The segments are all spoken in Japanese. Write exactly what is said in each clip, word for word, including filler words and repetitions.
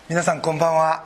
皆さんこんばんは。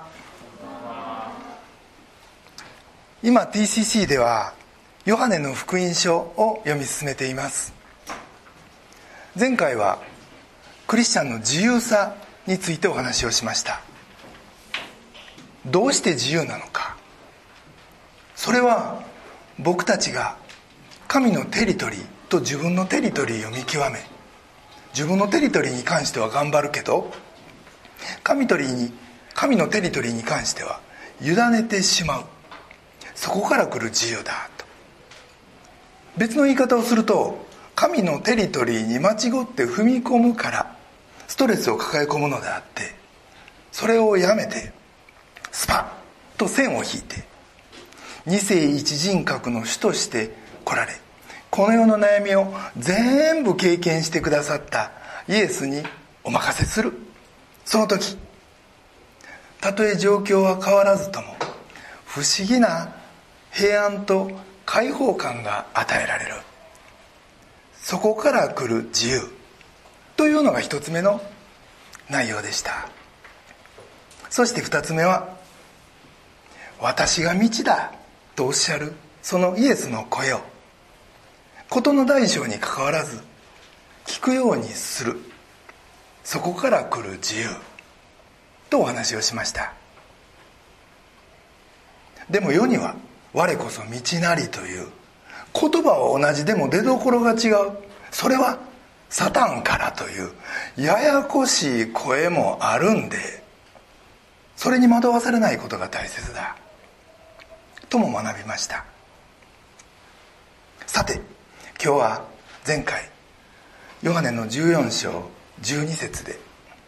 今 ティーシーシー ではヨハネの福音書を読み進めています。前回はクリスチャンの自由さについてお話をしました。どうして自由なのか。それは僕たちが神のテリトリーと自分のテリトリーを見極め、自分のテリトリーに関しては頑張るけど、神トリーに神のテリトリーに関しては委ねてしまう、そこから来る自由だと。別の言い方をすると、神のテリトリーに間違って踏み込むからストレスを抱え込むのであって、それをやめてスパッと線を引いて二世一人格の主として来られ、この世の悩みを全部経験してくださったイエスにお任せする。その時、たとえ状況は変わらずとも不思議な平安と解放感が与えられる。そこから来る自由というのが一つ目の内容でした。そして二つ目は、私が道だとおっしゃるそのイエスの声を事の大小にかかわらず聞くようにする。そこから来る自由とお話をしました。でも世には我こそ道なりという言葉は同じでも出どころが違う、それはサタンからというややこしい声もあるんで、それに惑わされないことが大切だとも学びました。さて今日は前回ヨハネのじゅうよん章じゅうに節で、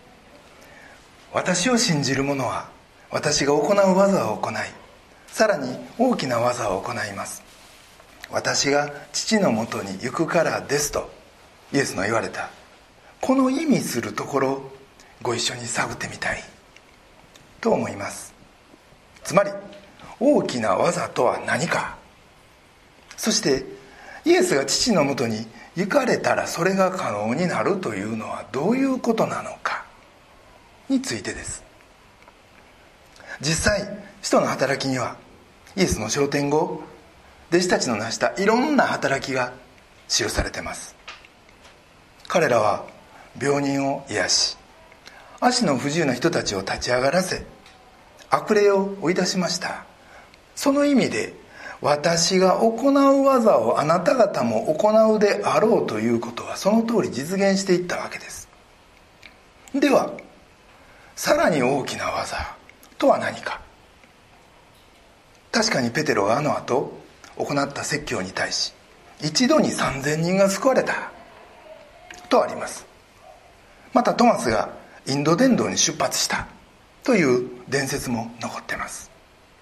私を信じる者は私が行う技を行い、さらに大きな技を行います。私が父のもとに行くからですとイエスの言われた、この意味するところをご一緒に探ってみたいと思います。つまり大きな技とは何か、そしてイエスが父のもとに行かれたらそれが可能になるというのはどういうことなのかについてです。実際使徒の働きにはイエスの昇天後、弟子たちの成したいろんな働きが記されています。彼らは病人を癒し、足の不自由な人たちを立ち上がらせ、悪霊を追い出しました。その意味で、私が行う技をあなた方も行うであろうということはその通り実現していったわけです。ではさらに大きな技とは何か。確かにペテロがあの後行った説教に対し、一度にさんぜんにんが救われたとあります。またトマスがインド伝道に出発したという伝説も残っています。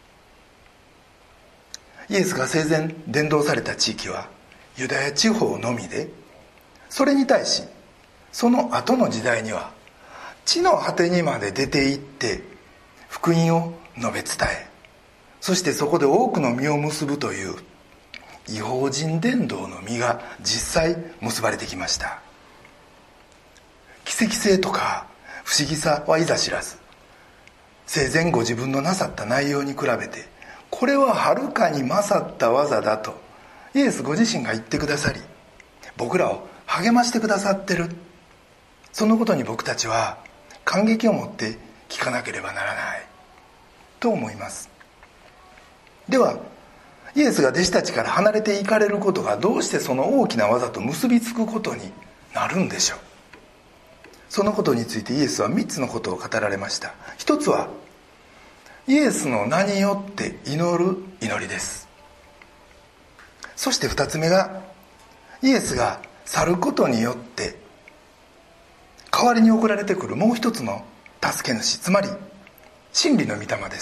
イエスが生前伝道された地域はユダヤ地方のみで、それに対しその後の時代には地の果てにまで出て行って福音を述べ伝え、そしてそこで多くの実を結ぶという異邦人伝道の実が実際結ばれてきました。奇跡性とか不思議さはいざ知らず、生前ご自分のなさった内容に比べてこれははるかに勝った技だとイエスご自身が言ってくださり、僕らを励ましてくださってる。そのことに僕たちは感激を持って聞かなければならないと思います。ではイエスが弟子たちから離れていかれることがどうしてその大きな技と結びつくことになるんでしょう。そのことについてイエスはみっつのことを語られました。一つはイエスの名によって祈る祈りです。そして二つ目が、イエスが去ることによって代わりに送られてくるもう一つの助け主、つまり真理の御霊です。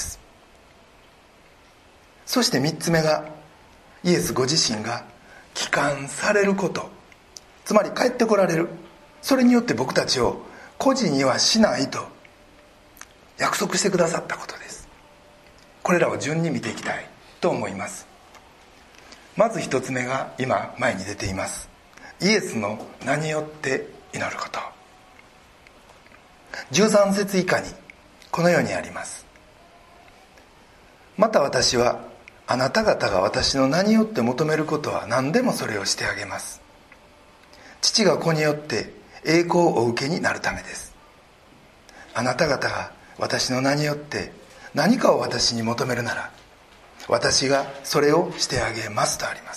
そして三つ目が、イエスご自身が帰還されること、つまり帰ってこられる。それによって僕たちを孤児にはしないと約束してくださったことです。これらを順に見ていきたいと思います。まず一つ目が今前に出ています。イエスの名によって祈ること。じゅうさん節以下にこのようにあります。また私はあなた方が私の名によって求めることは何でもそれをしてあげます。父が子によって栄光をお受けになるためです。あなた方が私の名によって何かを私に求めるなら、私がそれをしてあげますとあります。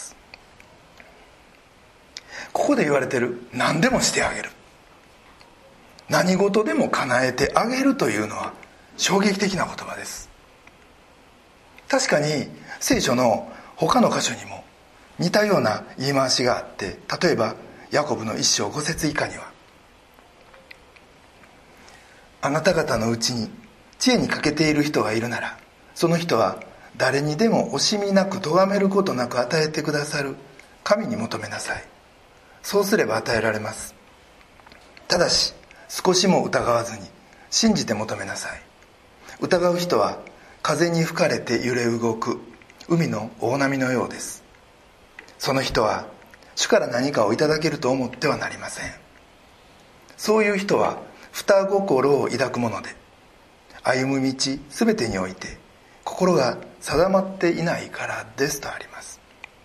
ここで言われている何でもしてあげる、何事でも叶えてあげるというのは衝撃的な言葉です。確かに聖書の他の箇所にも似たような言い回しがあって、例えばヤコブの一章五節以下には、あなた方のうちに知恵に欠けている人がいるなら、その人は誰にでも惜しみなく咎めることなく与えてくださる神に求めなさい。そうすれば与えられます。ただし少しも疑わずに信じて求めなさい。疑う人は風に吹かれて揺れ動く海の大波のようです。その人は主から何かをいただけると思ってはなりません。そういう人は二心を抱くもので、歩む道すべてにおいて心が定まっていないからですとあります。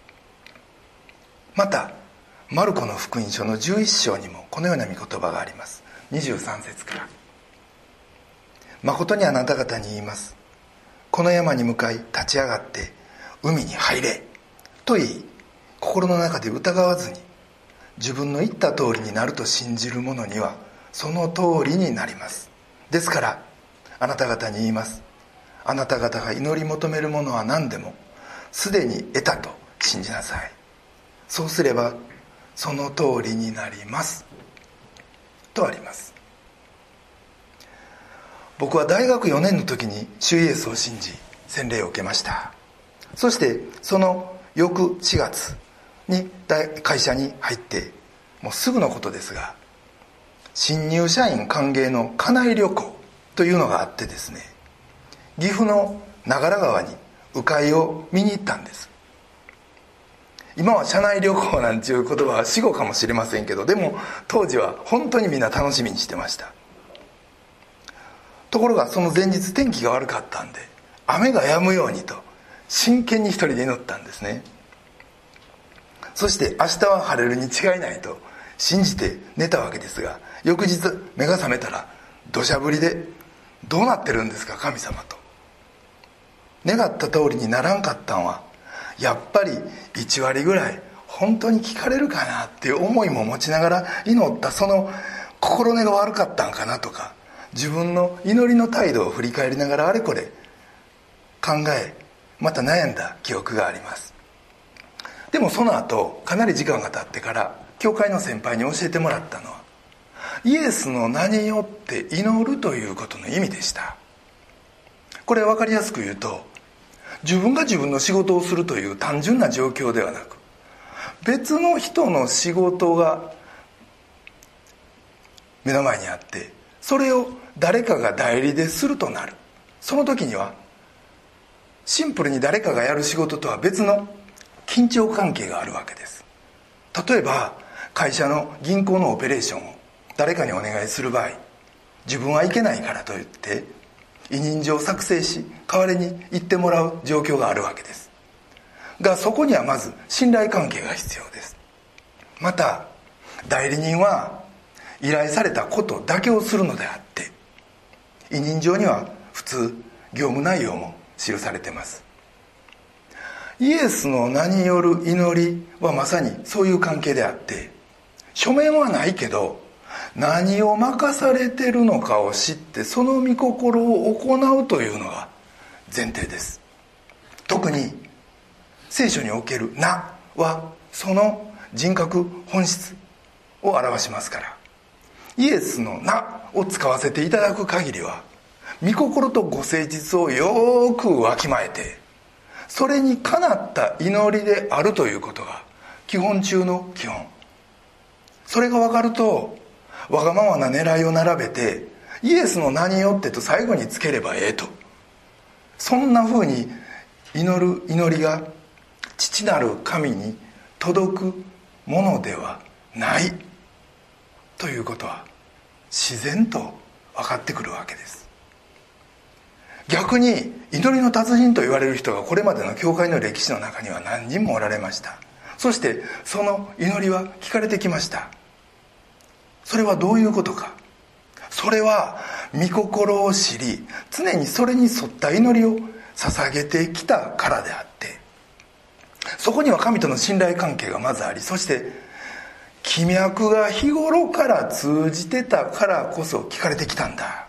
またマルコの福音書のじゅういっ章にもこのような御言葉があります。にじゅうさん節から、誠にあなた方に言います、この山に向かい立ち上がって海に入れと言い、心の中で疑わずに自分の言った通りになると信じる者にはその通りになります。ですからあなた方に言います、あなた方が祈り求めるものは何でもすでに得たと信じなさい。そうすればその通りになりますとあります。僕は大学よねんの時に主イエスを信じ洗礼を受けました。そしてその翌しがつに会社に入って、もうすぐのことですが、新入社員歓迎の家内旅行というのがあってですね、岐阜の長良川に鵜飼を見に行ったんです。今は社内旅行なんていう言葉は死語かもしれませんけど、でも当時は本当にみんな楽しみにしてました。ところがその前日天気が悪かったんで、雨が止むようにと真剣に一人で祈ったんですね。そして明日は晴れるに違いないと信じて寝たわけですが、翌日目が覚めたら土砂降りで、どうなってるんですか神様と。願った通りにならんかったんはやっぱりいち割ぐらい本当に聞かれるかなっていう思いも持ちながら祈った、その心根が悪かったんかなとか、自分の祈りの態度を振り返りながらあれこれ考え、また悩んだ記憶があります。でもその後かなり時間が経ってから教会の先輩に教えてもらったのは、イエスの名によって祈るということの意味でした。これは分かりやすく言うと、自分が自分の仕事をするという単純な状況ではなく、別の人の仕事が目の前にあって、それを誰かが代理でするとなる。その時にはシンプルに誰かがやる仕事とは別の緊張関係があるわけです。例えば会社の銀行のオペレーションを誰かにお願いする場合、自分は行けないからといって委任状を作成し代わりに行ってもらう状況があるわけですが、そこにはまず信頼関係が必要です。また代理人は依頼されたことだけをするのであって、委任状には普通業務内容も記されています。イエスの名による祈りはまさにそういう関係であって、書面はないけど何を任されているのかを知ってその御心を行うというのが前提です。特に聖書における名はその人格本質を表しますから、イエスの名を使わせていただく限りは御心とご誠実をよくわきまえて、それにかなった祈りであるということが基本中の基本。それが分かると、わがままな狙いを並べてイエスの名によってと最後につければええと、そんなふうに祈る祈りが父なる神に届くものではないということは自然と分かってくるわけです。 逆に祈りの達人と言われる人がこれまでの教会の歴史の中には何人もおられました。そしてその祈りは聞かれてきました。それはどういうことか。それは御心を知り、常にそれに沿った祈りを捧げてきたからであって、そこには神との信頼関係がまずあり、そして気脈が日頃から通じてたからこそ聞かれてきたんだ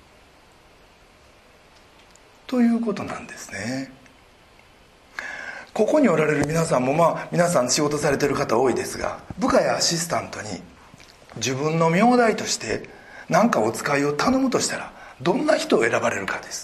ということなんですね。ここにおられる皆さんも、まあ皆さん仕事されてる方多いですが、部下やアシスタントに自分の名代として何かお使いを頼むとしたら、どんな人を選ばれるかです。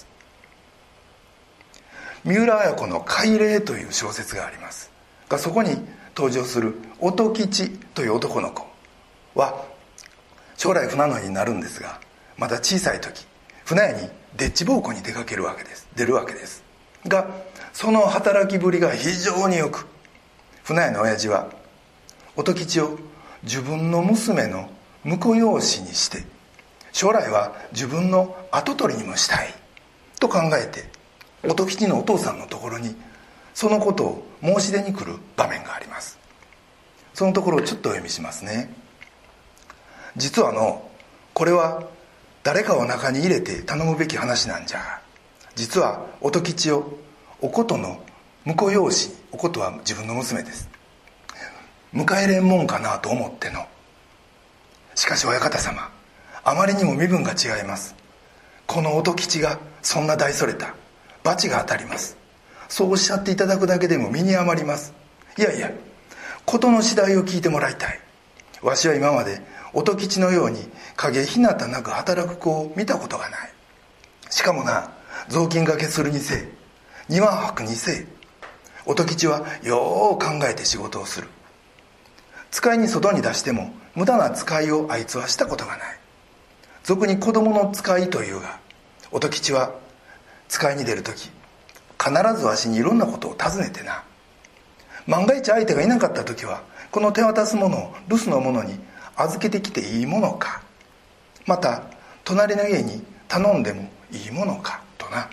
三浦綾子の海霊という小説がありますが、そこに登場する音吉という男の子は将来船乗りになるんですが、まだ小さい時船屋にデッチ奉公に出かけるわけです出るわけですが、その働きぶりが非常によく、船屋の親父は音吉を自分の娘の婿養子にして、将来は自分の跡取りにもしたいと考えて、音吉のお父さんのところにそのことを申し出に来る場面があります。そのところをちょっとお読みしますね。実はあのこれは誰かを中に入れて頼むべき話なんじゃが、実は音吉をおことの婿養子に、おことは自分の娘です、迎えれんもんかなと思っての。しかし親方様、あまりにも身分が違います。この音吉がそんな大それた罰が当たります。そうおっしゃっていただくだけでも身に余ります。いやいや、事の次第を聞いてもらいたい。わしは今まで音吉のように影ひなたなく働く子を見たことがない。しかもな、雑巾がけするにせい、庭吐くにせい、音吉はよう考えて仕事をする。使いに外に出しても無駄な使いをあいつはしたことがない。俗に子供の使いというが、音吉は使いに出るとき必ずわしにいろんなことを尋ねてな。万が一相手がいなかったときは、この手渡すものを留守の者に預けてきていいものか、また隣の家に頼んでもいいものかとな。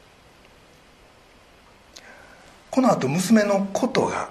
この後娘のことが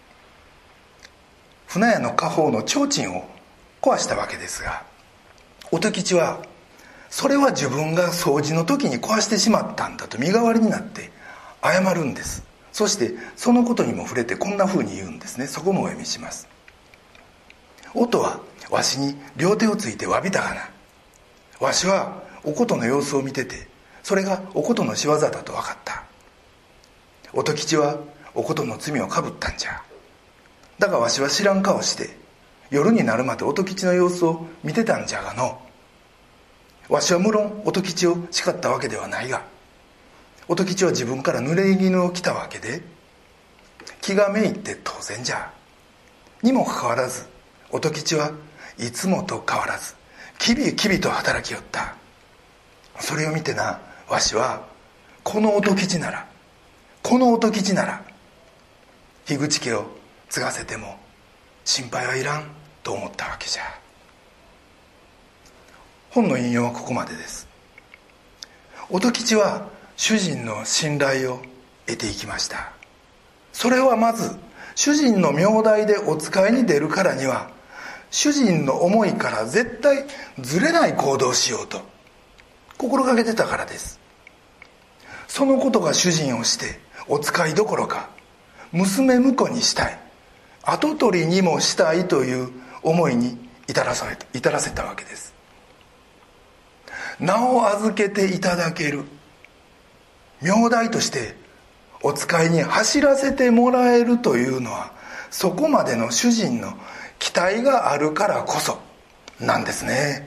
船屋の家宝の提灯を壊したわけですが、音吉はそれは自分が掃除の時に壊してしまったんだと身代わりになって謝るんです。そしてそのことにも触れてこんな風に言うんですね。そこもお読みします。音はわしに両手をついて詫びたがな。わしはおことの様子を見てて、それがおことの仕業だと分かった。音吉はおことの罪をかぶったんじゃ。だがわしは知らん顔して夜になるまで音吉の様子を見てたんじゃがの。わしは無論音吉を叱ったわけではないが、音吉は自分から濡れ衣を着たわけで気がめいって当然じゃ。にもかかわらず音吉はいつもと変わらずきびきびと働きよった。それを見てな、わしはこの音吉ならこの音吉なら樋口家を継がせても心配はいらんと思ったわけじゃ。本の引用はここまでです。音吉は主人の信頼を得ていきました。それはまず主人の名代でお使いに出るからには、主人の思いから絶対ずれない行動をしようと心がけてたからです。そのことが主人をしてお使いどころか娘婿にしたい、跡取りにもしたいという思いに至らされた、至らせたわけです。名を預けていただける、名代としてお使いに走らせてもらえるというのは、そこまでの主人の期待があるからこそなんですね。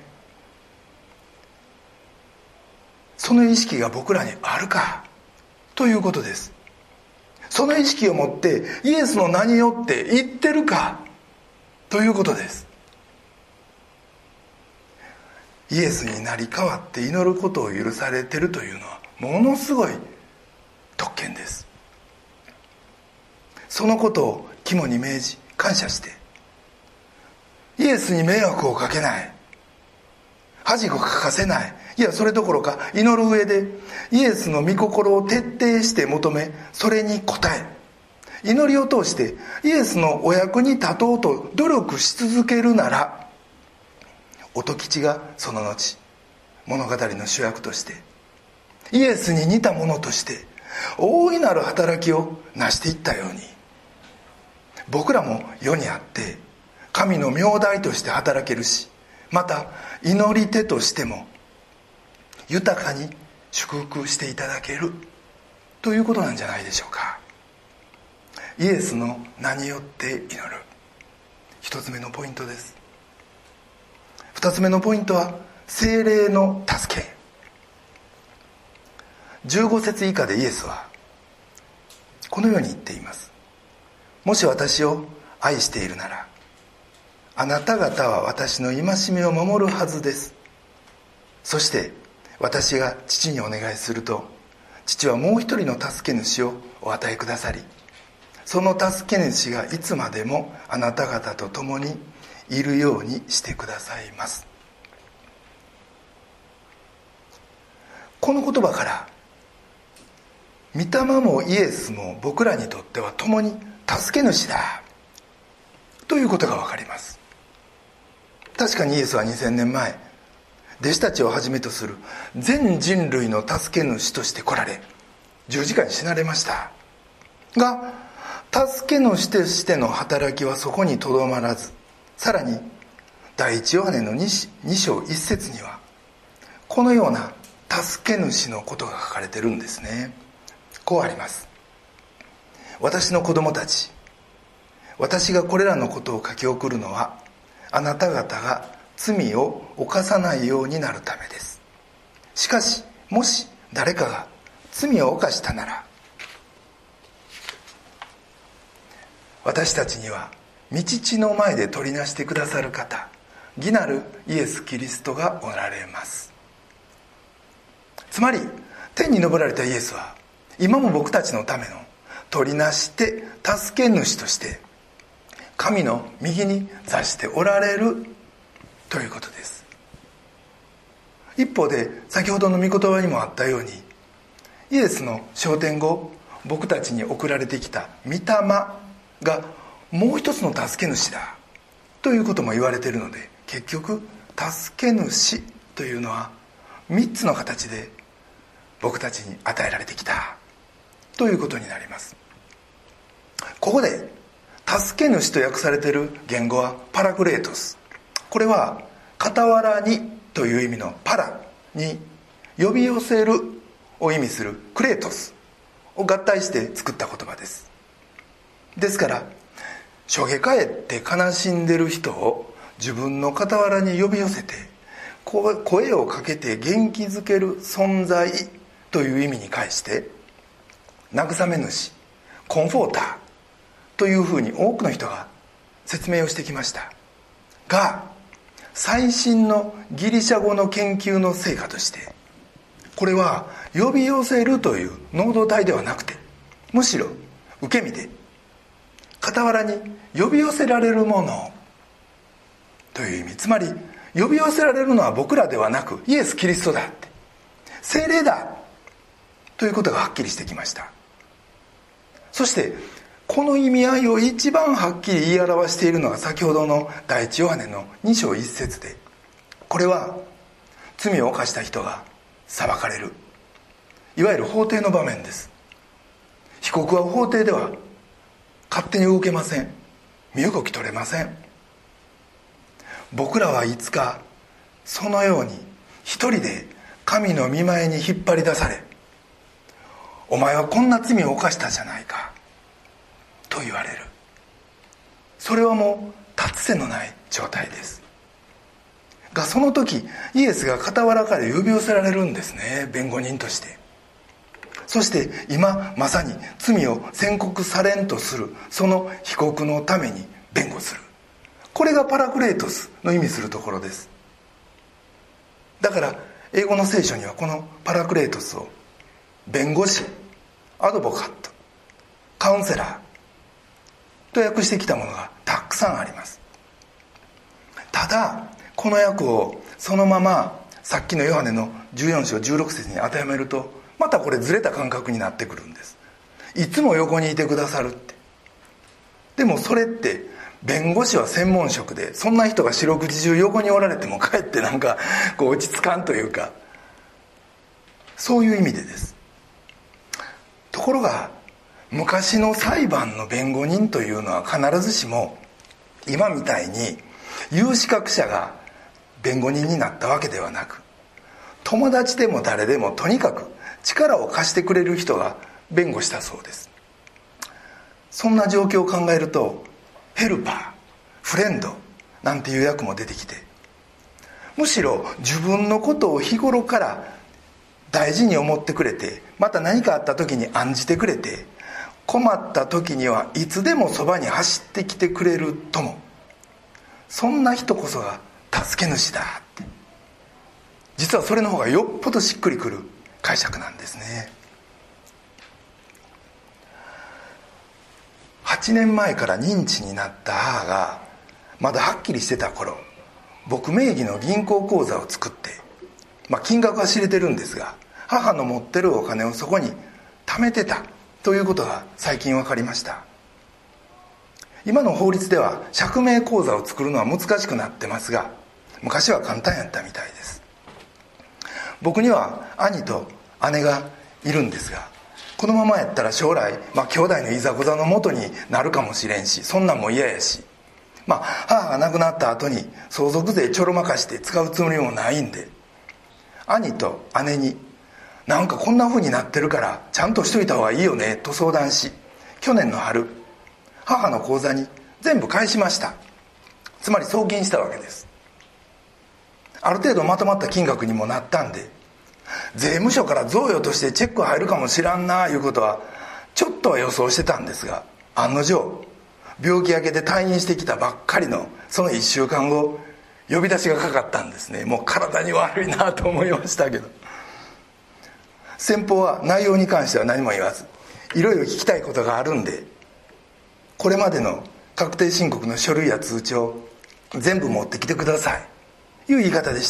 その意識が僕らにあるかということです。その意識を持ってイエスの名によって言ってるかということです。イエスになり変わって祈ることを許されているというのはものすごい特権です。そのことを肝に銘じ感謝して、イエスに迷惑をかけない、恥をかかせないいや、それどころか祈る上でイエスの御心を徹底して求め、それに応え、祈りを通してイエスのお役に立とうと努力し続けるなら、音吉がその後物語の主役としてイエスに似たものとして大いなる働きを成していったように、僕らも世にあって神の名代として働けるし、また祈り手としても豊かに祝福していただけるということなんじゃないでしょうか。イエスの名によって祈る、一つ目のポイントです。二つ目のポイントは聖霊の助け。じゅうご節以下でイエスはこのように言っています。もし私を愛しているなら、あなた方は私の戒めを守るはずです。そして私が父にお願いすると、父はもう一人の助け主をお与えくださり、その助け主がいつまでもあなた方と共にいるようにしてくださいます。この言葉から御霊もイエスも僕らにとっては共に助け主だということが分かります。確かにイエスはにせんねんまえ、弟子たちをはじめとする全人類の助け主として来られ、十字架に死なれましたが、助け主としての働きはそこにとどまらず、さらに第一ヨハネの 2, に章いち節にはこのような助け主のことが書かれているんですね。こうあります。私の子供たち、私がこれらのことを書き送るのは、あなた方が罪を犯さないようになるためです。しかしもし誰かが罪を犯したなら、私たちには御父の前で取りなしてくださる方、義なるイエス・キリストがおられます。つまり天に昇られたイエスは今も僕たちのための取りなして助け主として神の右に座しておられるということです。一方で先ほどの御言葉にもあったように、イエスの昇天後僕たちに送られてきた御霊がもう一つの助け主だということも言われているので、結局助け主というのは三つの形で僕たちに与えられてきたということになります。ここで助け主と訳されている言語はパラクレートス。これは傍らにという意味のパラに呼び寄せるを意味するクレートスを合体して作った言葉です。ですからしょげかえって悲しんでる人を自分の傍らに呼び寄せて声をかけて元気づける存在という意味に返して、慰め主、コンフォーターというふうに多くの人が説明をしてきましたが、最新のギリシャ語の研究の成果として、これは呼び寄せるという能動体ではなくて、むしろ受け身で傍らに呼び寄せられるものという意味。つまり呼び寄せられるのは僕らではなくイエス・キリストだって、聖霊だということがはっきりしてきました。そしてこの意味合いを一番はっきり言い表しているのが先ほどの第一ヨハネのに章いち節で、これは罪を犯した人が裁かれる、いわゆる法廷の場面です。被告は法廷では勝手に動けません。身動き取れません。僕らはいつかそのように一人で神の御前に引っ張り出され、お前はこんな罪を犯したじゃないかと言われる。それはもう立つ瀬のない状態ですが、その時イエスが傍らから呼び寄せられるんですね、弁護人として。そして今まさに罪を宣告されんとするその被告のために弁護する。これがパラクレートスの意味するところです。だから英語の聖書にはこのパラクレートスを弁護士、アドボカット、カウンセラーと訳してきたものがたくさんあります。ただこの訳をそのままさっきのヨハネのじゅうよん章じゅうろく節に当てはめるとまたこれずれた感覚になってくるんです。いつも横にいてくださるって。でもそれって弁護士は専門職で、そんな人が四六時中横におられてもかえってなんかこう落ち着かんというか、そういう意味でです。ところが昔の裁判の弁護人というのは必ずしも今みたいに有資格者が弁護人になったわけではなく、友達でも誰でもとにかく力を貸してくれる人が弁護したそうです。そんな状況を考えると、ヘルパー、フレンドなんていう役も出てきて、むしろ自分のことを日頃から大事に思ってくれて、また何かあった時に案じてくれて、困った時にはいつでもそばに走ってきてくれる友、そんな人こそが助け主だって。実はそれの方がよっぽどしっくりくる解釈なんですね。はちねんまえから認知になった母がまだはっきりしてた頃、僕名義の銀行口座を作って、まあ、金額は知れてるんですが、母の持ってるお金をそこに貯めてたということが最近分かりました。今の法律では釈明口座を作るのは難しくなってますが、昔は簡単やったみたいです。僕には兄と姉がいるんですが、このままやったら将来、まあ、兄弟のいざこざの元になるかもしれんし、そんなんも嫌やし、まあ、母が亡くなった後に相続税ちょろまかして使うつもりもないんで、兄と姉になんかこんな風になってるからちゃんとしといた方がいいよねと相談し、去年の春母の口座に全部返しました。つまり送金したわけです。ある程度まとまった金額にもなったんで、税務署から贈与としてチェック入るかもしらんないうことはちょっとは予想してたんですが、案の定病気明けで退院してきたばっかりのそのいっしゅうかんご、呼び出しがかかったんですね。もう体に悪いなと思いましたけど、先方は内容に関しては何も言わず、いろいろ聞きたいことがあるんで、これまでの確定申告の書類や通帳全部持ってきてくださいいう言い方でした。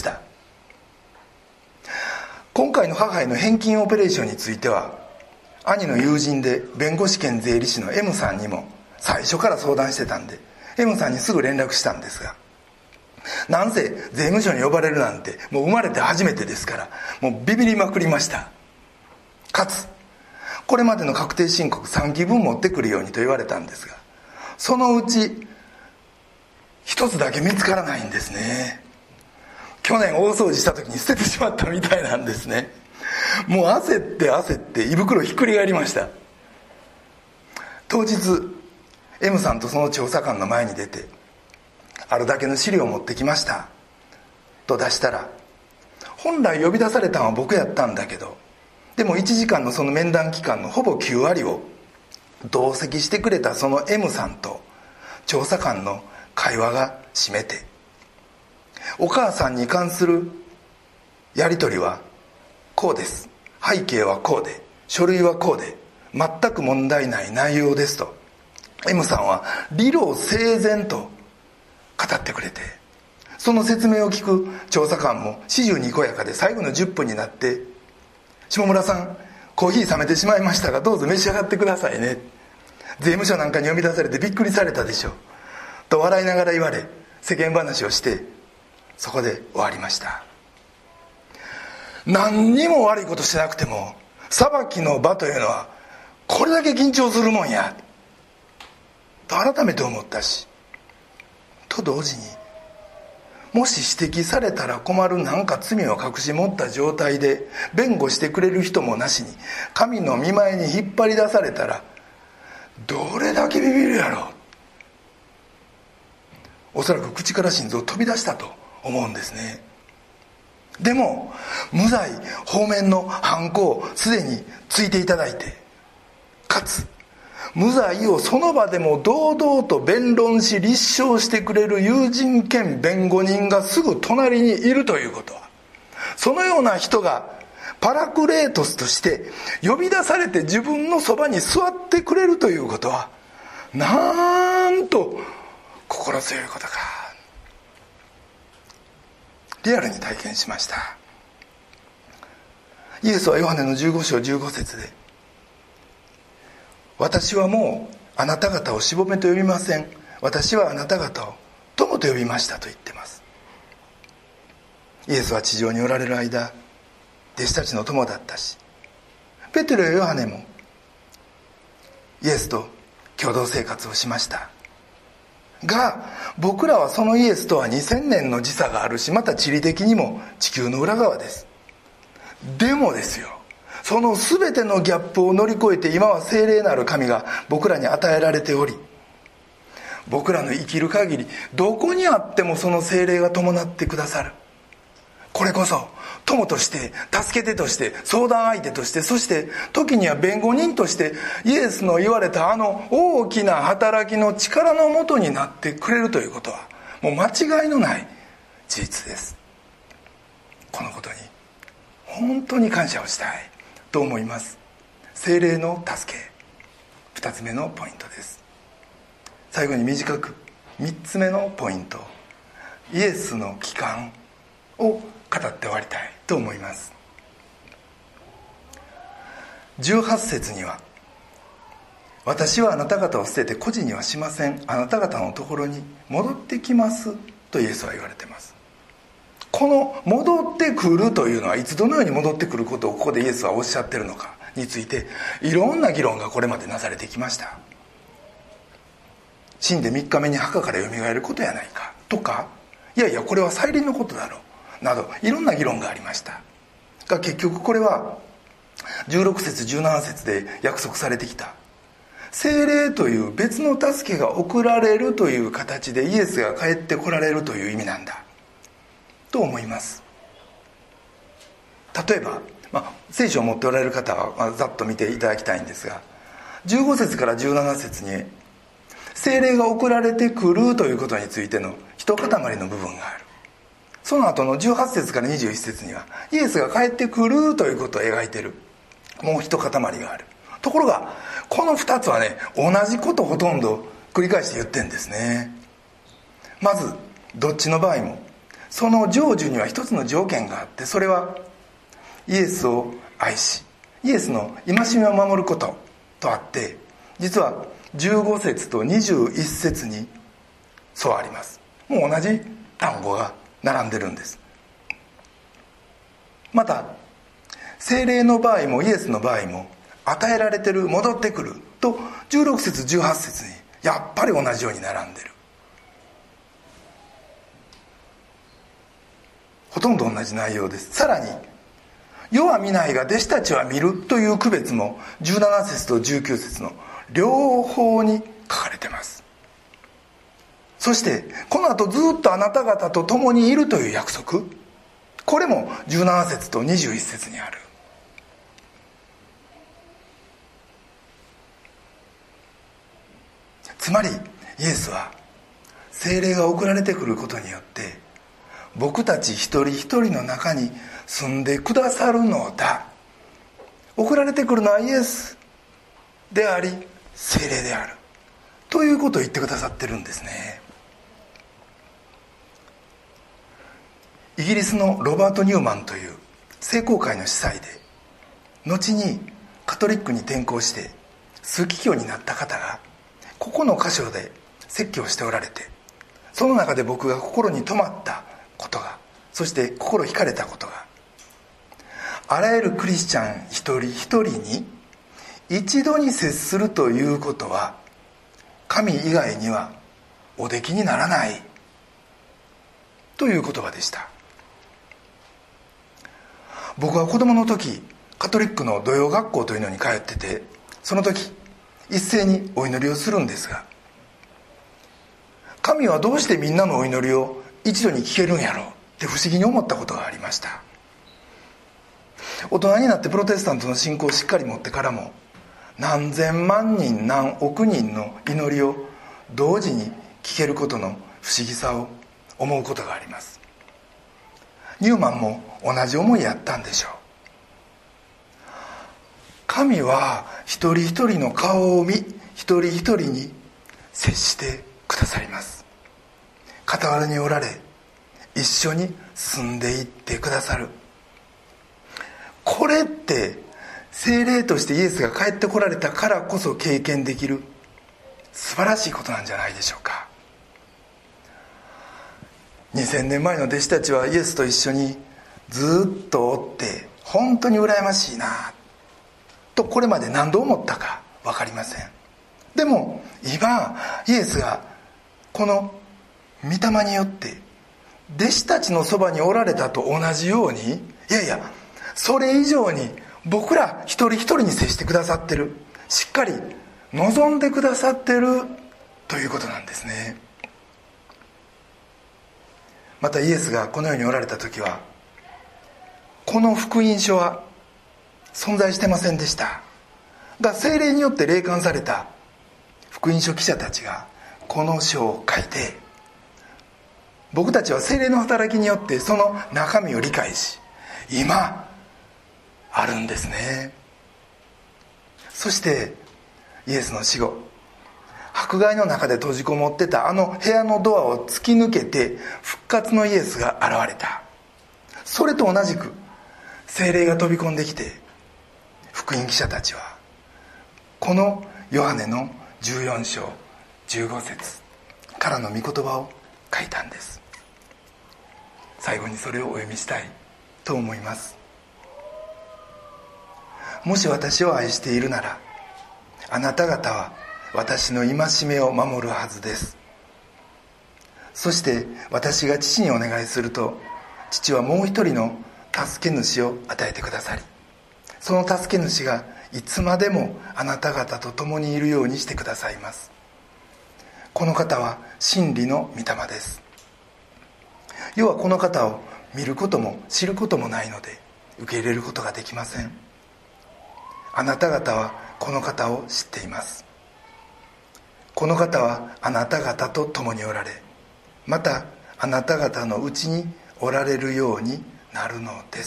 今回の母への返金オペレーションについては、兄の友人で弁護士兼税理士の M さんにも最初から相談してたんで、 M さんにすぐ連絡したんですが、なんせ税務署に呼ばれるなんてもう生まれて初めてですから、もうビビりまくりました。かつこれまでの確定申告さんきぶん持ってくるようにと言われたんですが、そのうち一つだけ見つからないんですね。去年大掃除した時に捨ててしまったみたいなんですね。もう焦って焦って胃袋ひっくり返りました。当日 M さんとその調査官の前に出て、あるだけの資料を持ってきましたと出したら、本来呼び出されたのは僕やったんだけど、でもいちじかんのその面談期間のほぼきゅうわりを同席してくれたその M さんと調査官の会話が占めて、お母さんに関するやり取りはこうです、背景はこうで、書類はこうで、全く問題ない内容ですと M さんは理路整然と語ってくれて、その説明を聞く調査官も始終にこやかで、最後のじゅっぷんになって、下村さんコーヒー冷めてしまいましたがどうぞ召し上がってくださいね、税務署なんかに呼び出されてびっくりされたでしょうと笑いながら言われ、世間話をしてそこで終わりました。何にも悪いことしてなくても裁きの場というのはこれだけ緊張するもんやと改めて思ったし、と同時に、もし指摘されたら困るなんか罪を隠し持った状態で弁護してくれる人もなしに神の御前に引っ張り出されたらどれだけビビるやろう。おそらく口から心臓飛び出したと思うんですね。でも無罪放免のハンコをすでについていただいて、かつ無罪をその場でも堂々と弁論し立証してくれる友人兼弁護人がすぐ隣にいるということは、そのような人がパラクレートスとして呼び出されて自分のそばに座ってくれるということは、なんと心強いことか。リアルに体験しました。 イエスはヨハネのじゅうご章じゅうご節で、私はもうあなた方をしぼめと呼びません、私はあなた方を友と呼びましたと言ってます。イエスは地上におられる間、弟子たちの友だったし、ペテロやヨハネもイエスと共同生活をしました。が、僕らはそのイエスとはにせんねんの時差があるし、また地理的にも地球の裏側です。でもですよ、その全てのギャップを乗り越えて、今は聖霊なる神が僕らに与えられており、僕らの生きる限りどこにあってもその聖霊が伴ってくださる。これこそ友として、助け手として、相談相手として、そして時には弁護人として、イエスの言われたあの大きな働きの力のもとになってくれるということは、もう間違いのない事実です。このことに本当に感謝をしたいと思います。聖霊の助け、二つ目のポイントです。最後に短く三つ目のポイント、イエスの帰還を語って終わりたいと思います。じゅうはち節には、私はあなた方を捨てて孤児にはしません、あなた方のところに戻ってきますとイエスは言われています。この戻ってくるというのはいつどのように戻ってくることをここでイエスはおっしゃっているのかについて、いろんな議論がこれまでなされてきました。死んでみっかめに墓からよみがえることやないかとか、いやいやこれは再臨のことだろうなど、いろんな議論がありましたが、結局これはじゅうろく節じゅうなな節で約束されてきた聖霊という別の助けが送られるという形でイエスが帰ってこられるという意味なんだと思います。例えば、まあ、聖書を持っておられる方は、まあ、ざっと見ていただきたいんですが、じゅうご節からじゅうなな節に聖霊が送られてくるということについての一塊の部分がある。その後のじゅうはち節からにじゅういち節にはイエスが帰ってくるということを描いているもう一塊がある。ところがこの二つはね、同じことをほとんど繰り返して言ってるんですね。まずどっちの場合もその成就には一つの条件があって、それはイエスを愛しイエスの戒めを守ることとあって、実はじゅうご節とにじゅういち節にそうあります。もう同じ単語が並んでるんです。また聖霊の場合もイエスの場合も与えられてる、戻ってくるとじゅうろく節じゅうはち節にやっぱり同じように並んでる。ほとんど同じ内容です。さらに世は見ないが弟子たちは見るという区別もじゅうなな節とじゅうきゅう節の両方に書かれています。そしてこの後ずっとあなた方と共にいるという約束、これもじゅうなな節とにじゅういち節にある。つまりイエスは聖霊が送られてくることによって僕たち一人一人の中に住んでくださるのだ。送られてくるのはイエスであり聖霊であるということを言ってくださってるんですね。イギリスのロバート・ニューマンという聖公会の司祭で、後にカトリックに転向して枢機卿になった方がここの箇所で説教しておられて、その中で僕が心に留まったことが、そして心惹かれたことが、あらゆるクリスチャン一人一人に一度に接するということは神以外にはおできにならないという言葉でした。僕は子供の時カトリックの土曜学校というのに通ってて、その時一斉にお祈りをするんですが、神はどうしてみんなのお祈りを一度に聞けるんやろうって不思議に思ったことがありました。大人になってプロテスタントの信仰をしっかり持ってからも、何千万人何億人の祈りを同時に聞けることの不思議さを思うことがあります。ニューマンも同じ思いやったんでしょう。神は一人一人の顔を見、一人一人に接してくださります。傍らにおられ、一緒に住んでいってくださる。 これって聖霊としてイエスが帰ってこられたからこそ経験できる素晴らしいことなんじゃないでしょうか。にせんねんまえの弟子たちはイエスと一緒にずっとおって本当に羨ましいなとこれまで何度思ったか分かりません。でも今イエスがこの御霊によって弟子たちのそばにおられたと同じように、いやいやそれ以上に僕ら一人一人に接してくださってる、しっかり望んでくださってるということなんですね。またイエスがこの世におられた時はこの福音書は存在してませんでしたが、聖霊によって霊感された福音書記者たちがこの書を書いて、僕たちは聖霊の働きによってその中身を理解し今あるんですね。そしてイエスの死後、迫害の中で閉じこもってたあの部屋のドアを突き抜けて復活のイエスが現れた。それと同じく聖霊が飛び込んできて、福音記者たちはこのヨハネのじゅうよん章じゅうご節からの御言葉を書いたんです。最後にそれをお読みしたいと思います。もし私を愛しているなら、あなた方は私の戒めを守るはずです。そして私が父にお願いすると、父はもう一人の助け主を与えてくださり、その助け主がいつまでもあなた方と共にいるようにしてくださいます。この方は真理の御霊です。要はこの方を見ることも知ることもないので受け入れることができません。あなた方はこの方を知っています。この方はあなた方と共におられ、またあなた方のうちにおられるようになるのです。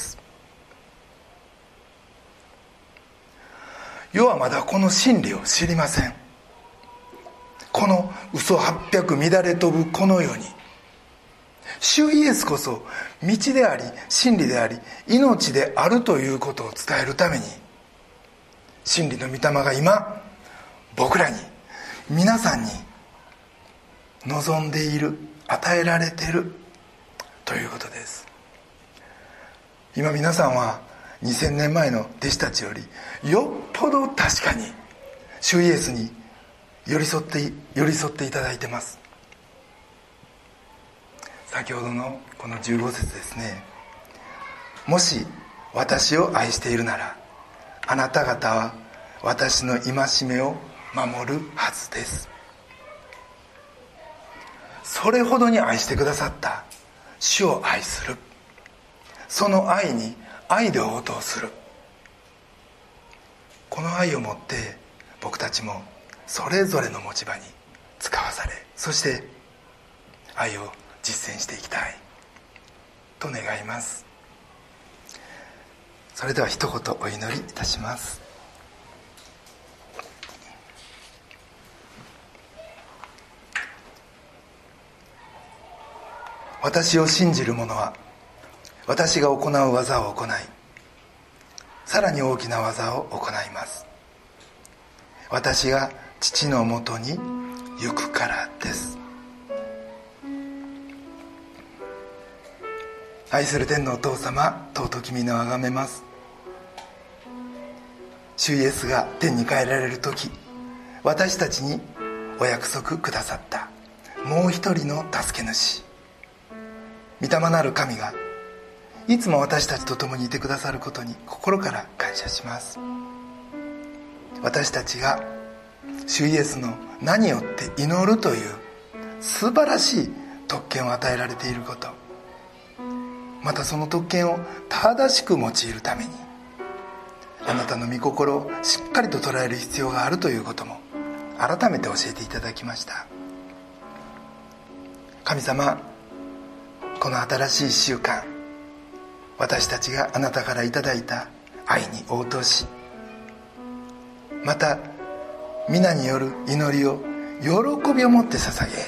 世はまだこの真理を知りません。この嘘八百乱れ飛ぶこの世に、主イエスこそ道であり真理であり命であるということを伝えるために、真理の御霊が今僕らに皆さんに望んでいる、与えられているということです。今皆さんはにせんねんまえの弟子たちよりよっぽど確かに主イエスに寄り添って寄り添っていただいてます。先ほどのこのじゅうご節ですね。もし私を愛しているなら、あなた方は私の戒めを守るはずです。それほどに愛してくださった主を愛する、その愛に愛で応答する、この愛をもって僕たちもそれぞれの持ち場に使わされ、そして愛を実践していきたいと願います。それでは一言お祈りいたします。私を信じる者は私が行う技を行い、さらに大きな技を行います。私が父のもとに行くからです。愛する天のお父様、尊き皆をあがめます。主イエスが天に帰られる時、私たちにお約束くださったもう一人の助け主、御霊なる神がいつも私たちと共にいてくださることに心から感謝します。私たちが主イエスの名によって祈るという素晴らしい特権を与えられていること、またその特権を正しく用いるためにあなたの御心をしっかりと捉える必要があるということも改めて教えていただきました。神様、この新しいいっしゅうかん、私たちがあなたからいただいた愛に応答し、また皆による祈りを喜びを持って捧げ、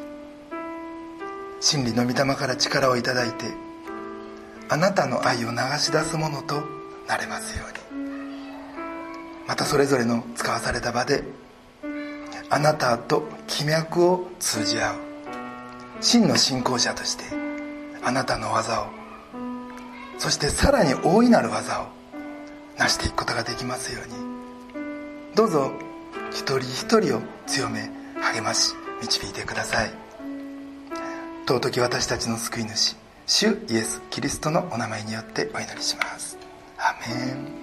真理の御霊から力をいただいてあなたの愛を流し出すものとなれますように。またそれぞれの使わされた場であなたと気脈を通じ合う真の信仰者としてあなたの技を、そしてさらに大いなる技を成していくことができますように、どうぞ一人一人を強め励まし導いてください。尊き私たちの救い主主イエス・キリストのお名前によってお祈りします。アーメン。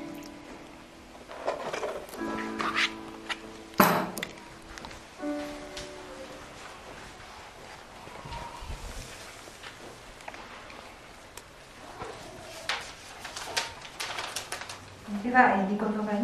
では、御言葉に